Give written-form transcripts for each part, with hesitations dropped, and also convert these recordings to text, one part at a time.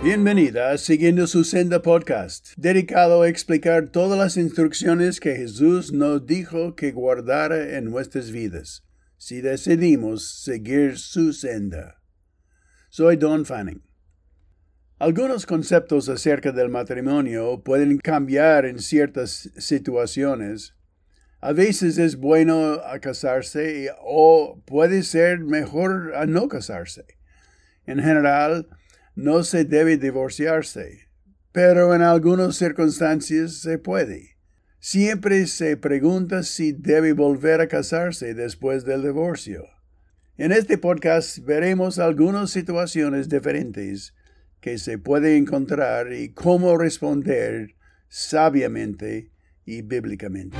Bienvenida a Siguiendo su Senda Podcast, dedicado a explicar todas las instrucciones que Jesús nos dijo que guardara en nuestras vidas, si decidimos seguir su senda. Soy Don Fanning. Algunos conceptos acerca del matrimonio pueden cambiar en ciertas situaciones. A veces es bueno a casarse o puede ser mejor a no casarse. En general, no se debe divorciarse, pero en algunas circunstancias se puede. Siempre se pregunta si debe volver a casarse después del divorcio. En este podcast veremos algunas situaciones diferentes que se puede encontrar y cómo responder sabiamente y bíblicamente.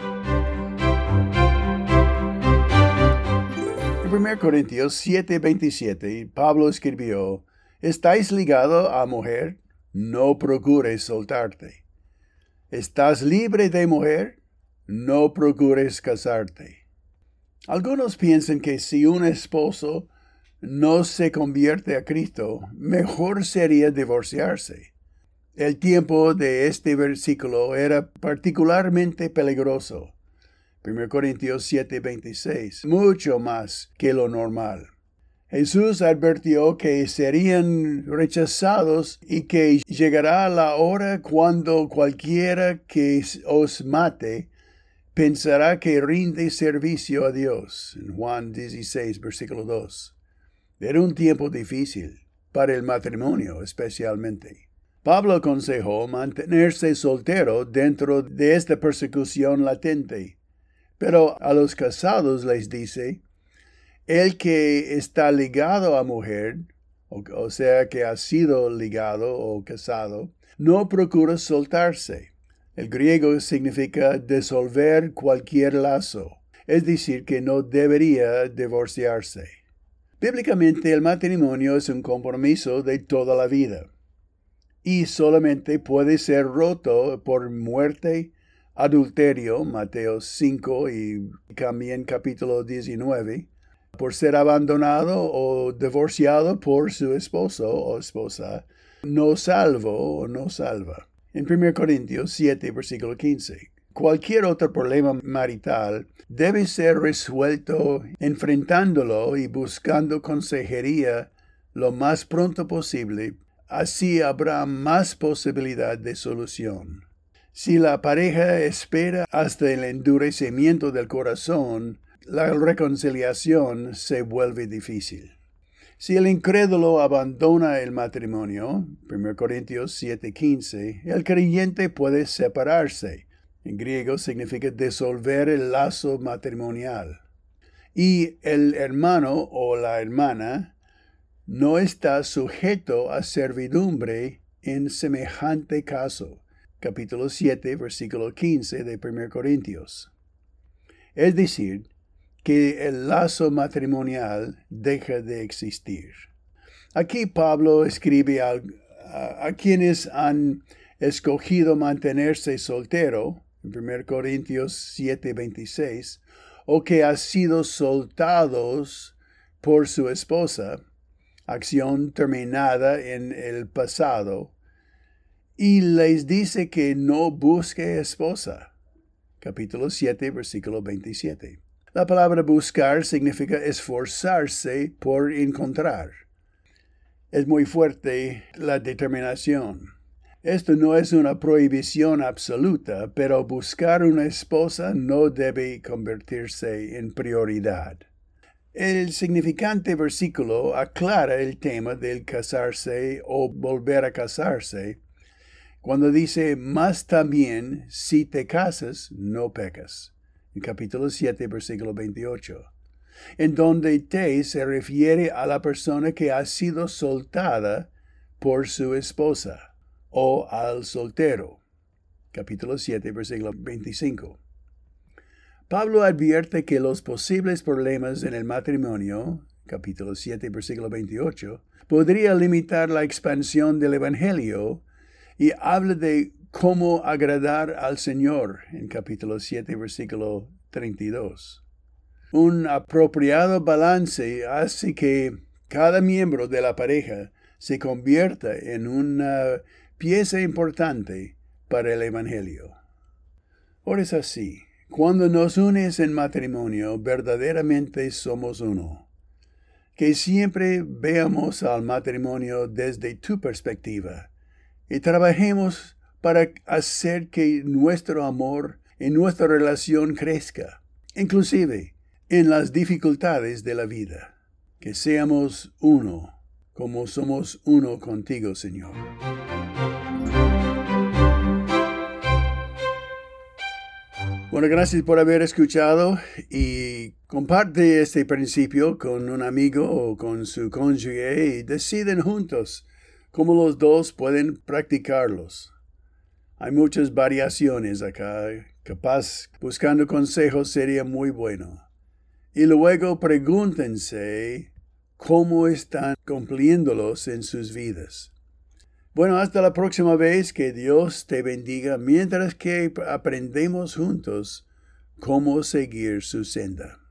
En 1 Corintios 7:27, Pablo escribió: ¿Estáis ligado a mujer? No procures soltarte. ¿Estás libre de mujer? No procures casarte. Algunos piensan que si un esposo no se convierte a Cristo, mejor sería divorciarse. El tiempo de este versículo era particularmente peligroso. 1 Corintios 7:26, mucho más que lo normal. Jesús advirtió que serían rechazados y que llegará la hora cuando cualquiera que os mate pensará que rinde servicio a Dios. En Juan 16, versículo 2. Era un tiempo difícil, para el matrimonio especialmente. Pablo aconsejó mantenerse soltero dentro de esta persecución latente, pero a los casados les dice: el que está ligado a mujer, o sea que ha sido ligado o casado, no procura soltarse. El griego significa disolver cualquier lazo, es decir, que no debería divorciarse. Bíblicamente, el matrimonio es un compromiso de toda la vida y solamente puede ser roto por muerte, adulterio, Mateo 5 y también capítulo 19, por ser abandonado o divorciado por su esposo o esposa, no salvo o no salva. En 1 Corintios 7, versículo 15. Cualquier otro problema marital debe ser resuelto enfrentándolo y buscando consejería lo más pronto posible. Así habrá más posibilidad de solución. Si la pareja espera hasta el endurecimiento del corazón, la reconciliación se vuelve difícil. Si el incrédulo abandona el matrimonio, 1 Corintios 7:15, el creyente puede separarse. En griego significa disolver el lazo matrimonial. Y el hermano o la hermana no está sujeto a servidumbre en semejante caso. Capítulo 7, versículo 15 de 1 Corintios. Es decir, que el lazo matrimonial deja de existir. Aquí Pablo escribe a quienes han escogido mantenerse soltero, en 1 Corintios 7:26, o que han sido soltados por su esposa, acción terminada en el pasado, y les dice que no busque esposa. Capítulo 7, versículo 27. La palabra buscar significa esforzarse por encontrar. Es muy fuerte la determinación. Esto no es una prohibición absoluta, pero buscar una esposa no debe convertirse en prioridad. El significante versículo aclara el tema del casarse o volver a casarse cuando dice: mas también si te casas, no pecas. En capítulo 7, versículo 28. En donde te se refiere a la persona que ha sido soltada por su esposa o al soltero. Capítulo 7, versículo 25. Pablo advierte que los posibles problemas en el matrimonio, capítulo 7, versículo 28, podría limitar la expansión del Evangelio y habla de cómo agradar al Señor en capítulo 7, versículo 32. Un apropiado balance hace que cada miembro de la pareja se convierta en una pieza importante para el Evangelio. Ahora es así. Cuando nos unes en matrimonio, verdaderamente somos uno. Que siempre veamos al matrimonio desde tu perspectiva y trabajemos para hacer que nuestro amor y nuestra relación crezca, inclusive en las dificultades de la vida. Que seamos uno, como somos uno contigo, Señor. Bueno, gracias por haber escuchado y comparte este principio con un amigo o con su cónyuge y deciden juntos cómo los dos pueden practicarlos. Hay muchas variaciones acá, capaz buscando consejos sería muy bueno. Y luego pregúntense cómo están cumpliéndolos en sus vidas. Bueno, hasta la próxima vez, que Dios te bendiga mientras que aprendemos juntos cómo seguir su senda.